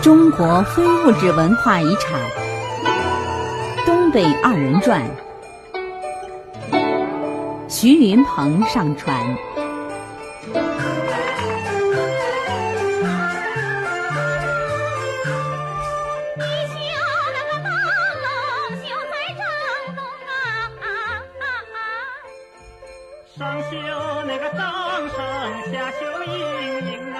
中国非物质文化遗产《东北二人转》，徐云鹏上传。 上绣那个掌声，下绣盈盈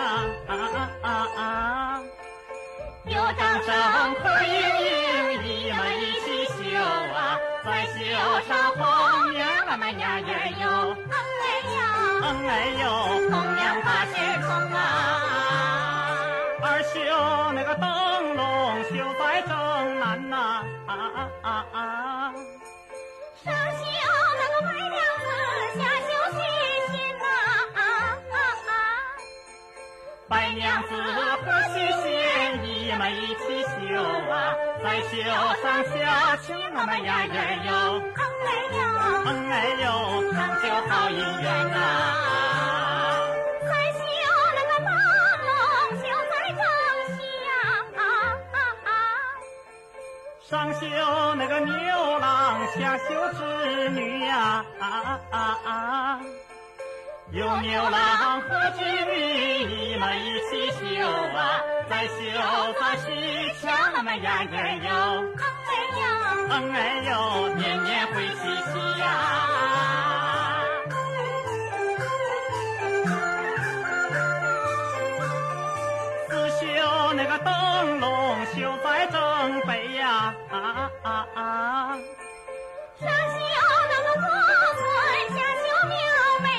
有掌声和盈盈，一门一起绣啊，再绣上红娘儿们呀也有，哎呦，红娘把线通啊，二绣那个灯笼绣在正南呐， 上绣那个白娘子，下绣喜信白娘子和喜信一门一起绣啊，再绣上小青们呀也有，哎呦，长久好姻缘呐。 再绣那个灯笼绣在正西上绣那个牛郎，下绣织女呀，有牛郎和织女一门一起绣啊，再绣上喜庆们呀也有，哎呦，年年会七夕呀。四绣那个灯笼绣在正北呀， 上绣那个国村，下绣庙楣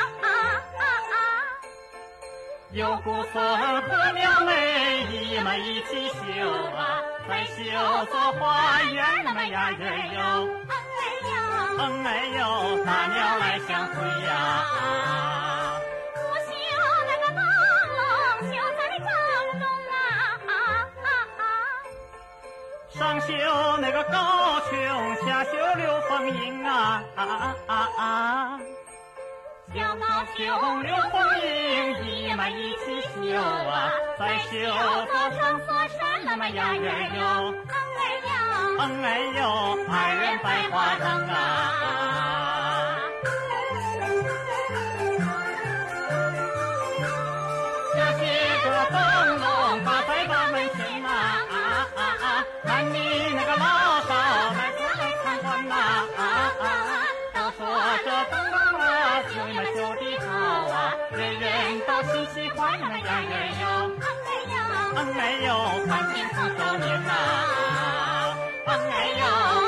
有古村和庙楣一门一起绣啊，再绣座花园们呀也有，哎呦，大鸟来相会呀。 不绣那个灯笼绣在正中上绣那个高琼，下绣刘凤英小高琼刘凤英一门一起绣啊，再绣座双锁山们呀也有，哎呦，二人百花灯这些个灯笼挂在大门前男女那个老少来参观都说这灯笼绣呀绣的好人人都喜喜欢呀也有，哎呦，看见不周年哎呦。